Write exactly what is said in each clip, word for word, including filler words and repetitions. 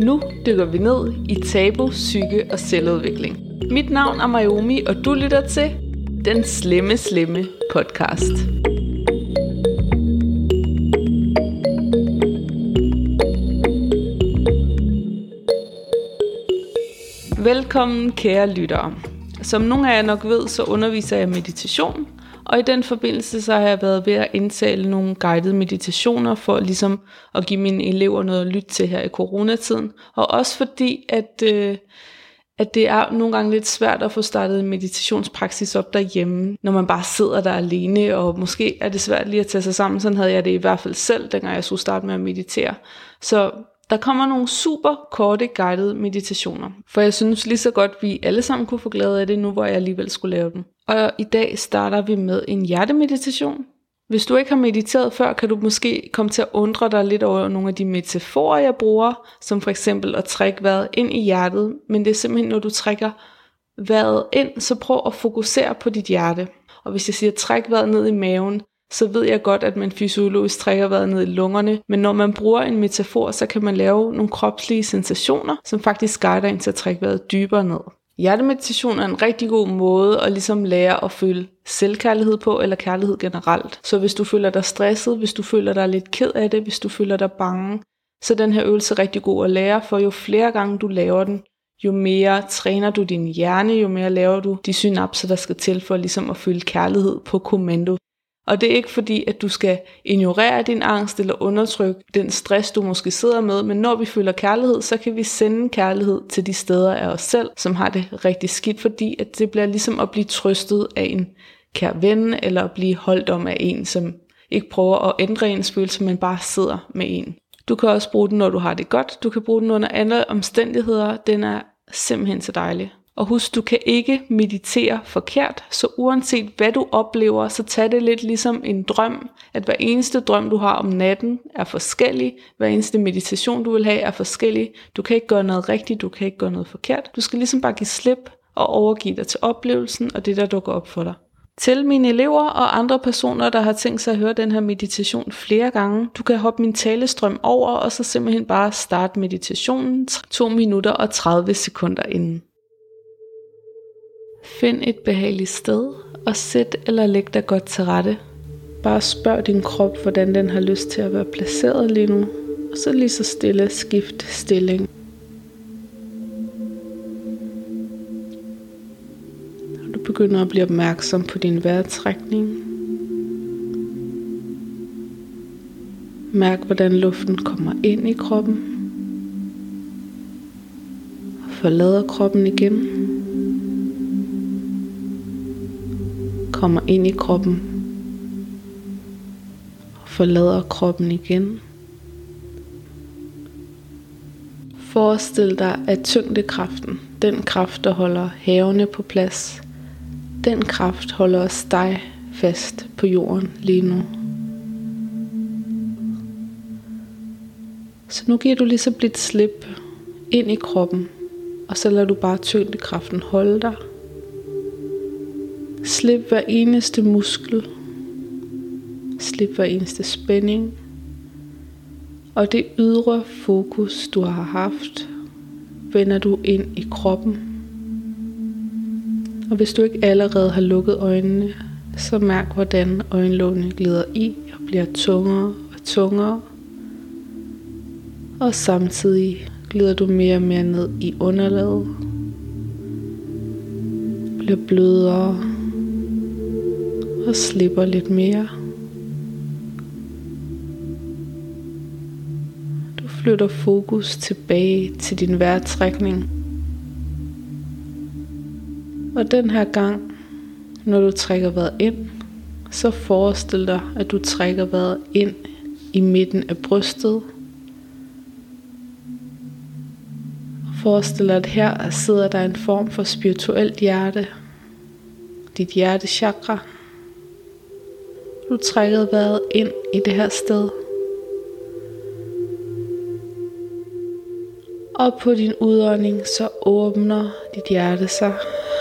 Nu dykker vi ned i tabu, psyke og selvudvikling. Mit navn er Mayomi, og du lytter til Den Slemme Slemme podcast. Velkommen kære lyttere. Som nogle af jer nok ved, så underviser jeg meditation, og i den forbindelse så har jeg været ved at indtale nogle guidede meditationer for ligesom at give mine elever noget at lytte til her i coronatiden. Og også fordi, at, øh, at det er nogle gange lidt svært at få startet en meditationspraksis op derhjemme, når man bare sidder der alene, og måske er det svært lige at tage sig sammen. Sådan havde jeg det i hvert fald selv, dengang jeg skulle starte med at meditere. Så der kommer nogle super korte guidede meditationer, for jeg synes lige så godt, vi alle sammen kunne få glæde af det nu, hvor jeg alligevel skulle lave den. Og i dag starter vi med en hjertemeditation. Hvis du ikke har mediteret før, kan du måske komme til at undre dig lidt over nogle af de metaforer, jeg bruger, som for eksempel at trække vejret ind i hjertet, men det er simpelthen, når du trækker vejret ind, så prøv at fokusere på dit hjerte. Og hvis jeg siger træk vejret ned i maven, så ved jeg godt, at man fysiologisk trækker vejret ned i lungerne, men når man bruger en metafor, så kan man lave nogle kropslige sensationer, som faktisk guider en til at trække vejret dybere ned. Hjertemeditation er en rigtig god måde at ligesom lære at føle selvkærlighed på, eller kærlighed generelt. Så hvis du føler dig stresset, hvis du føler dig lidt ked af det, hvis du føler dig bange, så er den her øvelse rigtig god at lære, for jo flere gange du laver den, jo mere træner du din hjerne, jo mere laver du de synapser, der skal til for ligesom at føle kærlighed på kommando. Og det er ikke fordi, at du skal ignorere din angst eller undertrykke den stress, du måske sidder med, men når vi føler kærlighed, så kan vi sende kærlighed til de steder af os selv, som har det rigtig skidt, fordi at det bliver ligesom at blive trøstet af en kær ven, eller at blive holdt om af en, som ikke prøver at ændre ens følelse, men bare sidder med en. Du kan også bruge den, når du har det godt. Du kan bruge den under andre omstændigheder. Den er simpelthen så dejlig. Og husk, du kan ikke meditere forkert, så uanset hvad du oplever, så tag det lidt ligesom en drøm, at hver eneste drøm du har om natten er forskellig, hver eneste meditation du vil have er forskellig. Du kan ikke gøre noget rigtigt, du kan ikke gøre noget forkert. Du skal ligesom bare give slip og overgive dig til oplevelsen og det der dukker op for dig. Til mine elever og andre personer, der har tænkt sig at høre den her meditation flere gange, du kan hoppe min talestrøm over og så simpelthen bare starte meditationen to minutter og tredive sekunder inden. Find et behageligt sted og sæt eller læg dig godt til rette. Bare spørg din krop, hvordan den har lyst til at være placeret lige nu, og så lige så stille skift stilling. Og du begynder at blive opmærksom på din vejrtrækning. Mærk, hvordan luften kommer ind i kroppen og forlader kroppen igen. Kommer ind i kroppen og forlader kroppen igen. Forestil dig, at tyngdekraften, den kraft, der holder havene på plads, den kraft holder også dig fast på jorden lige nu. Så nu giver du lige så blidt slip ind i kroppen, og så lader du bare tyngdekraften holde dig. Slip hver eneste muskel. Slip hver eneste spænding. Og det ydre fokus, du har haft, vender du ind i kroppen. Og hvis du ikke allerede har lukket øjnene, så mærk, hvordan øjenlågene glider i og bliver tungere og tungere. Og samtidig glider du mere og mere ned i underlaget. Bliver blødere og slipper lidt mere. Du flytter fokus tilbage til din vejrtrækning. Og den her gang, når du trækker vejret ind, så forestil dig, at du trækker vejret ind i midten af brystet. Og forestil dig, at her sidder der en form for spirituelt hjerte. Dit hjertechakra. Du trækker vejret ind i det her sted. Og på din udånding så åbner dit hjerte sig.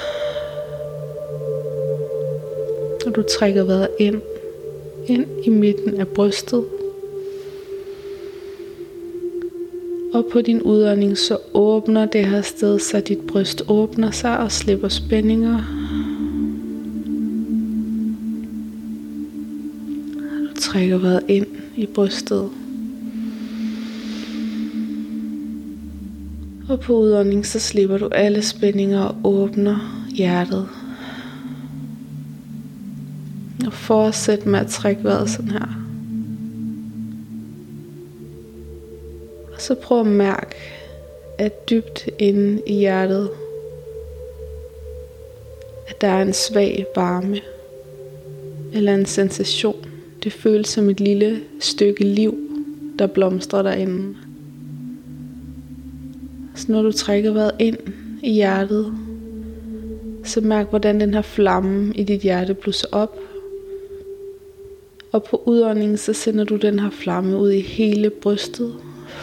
Og du trækker vejret ind, ind i midten af brystet. Og på din udånding så åbner det her sted, så dit bryst åbner sig og slipper spændinger. Du trækker vejret ind i brystet. Og på udånding så slipper du alle spændinger og åbner hjertet. Og fortsæt med at trække vejret sådan her. Og så prøv at mærke, at dybt inde i hjertet, at der er en svag varme, eller en sensation. Det føles som et lille stykke liv, der blomstrer derinde. Så når du trækker vejret ind i hjertet, så mærk, hvordan den her flamme i dit hjerte blusser op. Og på udåndingen, så sender du den her flamme ud i hele brystet.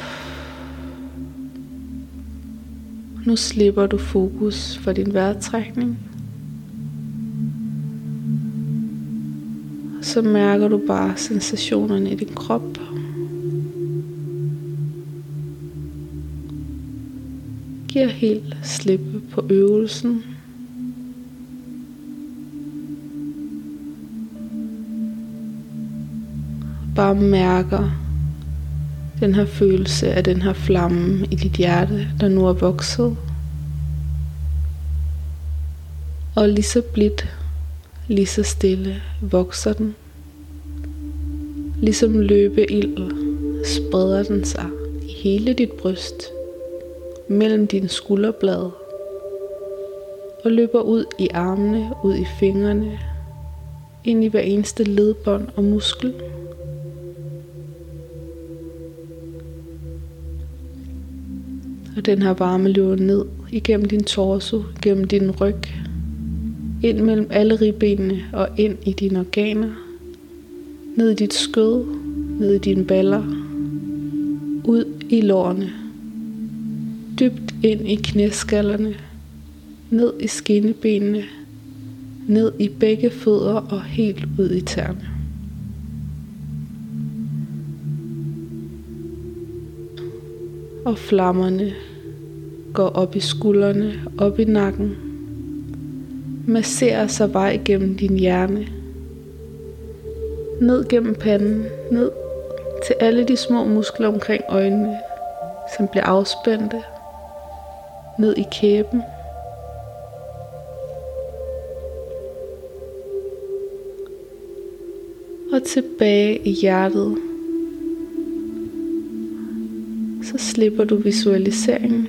Nu slipper du fokus for din vejrtrækning. Og så mærker du bare sensationerne i din krop. Giv helt slip på øvelsen. Bare mærker den her følelse af den her flamme i dit hjerte, der nu er vokset. Og lige så blidt, lige så stille vokser den. Ligesom løbeild spreder den sig i hele dit bryst, mellem dine skulderblade, og løber ud i armene, ud i fingrene, ind i hver eneste ledbånd og muskel. Og den her varme løber ned igennem din torso, igennem din ryg, ind mellem alle ribbenene og ind i dine organer, ned i dit skød, ned i dine baller, ud i lårene, dybt ind i knæskallerne, ned i skinnebenene, ned i begge fødder og helt ud i tæerne. Og flammerne går op i skuldrene, op i nakken, masserer sig vej igennem din hjerne, ned gennem panden, ned til alle de små muskler omkring øjnene, som bliver afspændte, ned i kæben, og tilbage i hjertet. Så slipper du visualiseringen,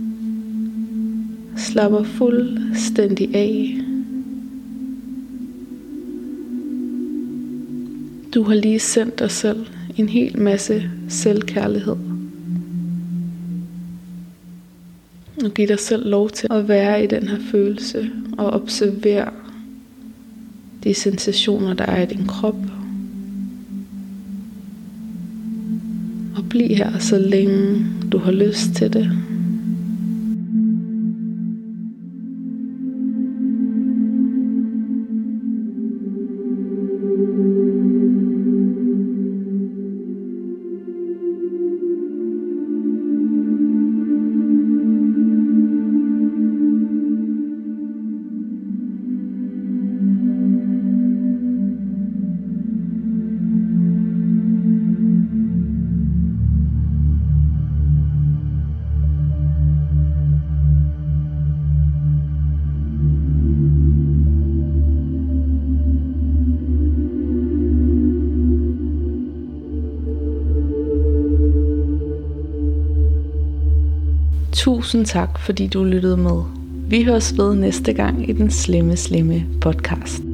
slapper fuldstændig af. Du har lige sendt dig selv en hel masse selvkærlighed. Og giv dig selv lov til at være i den her følelse og observere de sensationer, der er i din krop. Og bliv her så længe du har lyst til det. Tusind tak, fordi du lyttede med. Vi høres ved næste gang i den Slemme Slemme podcast.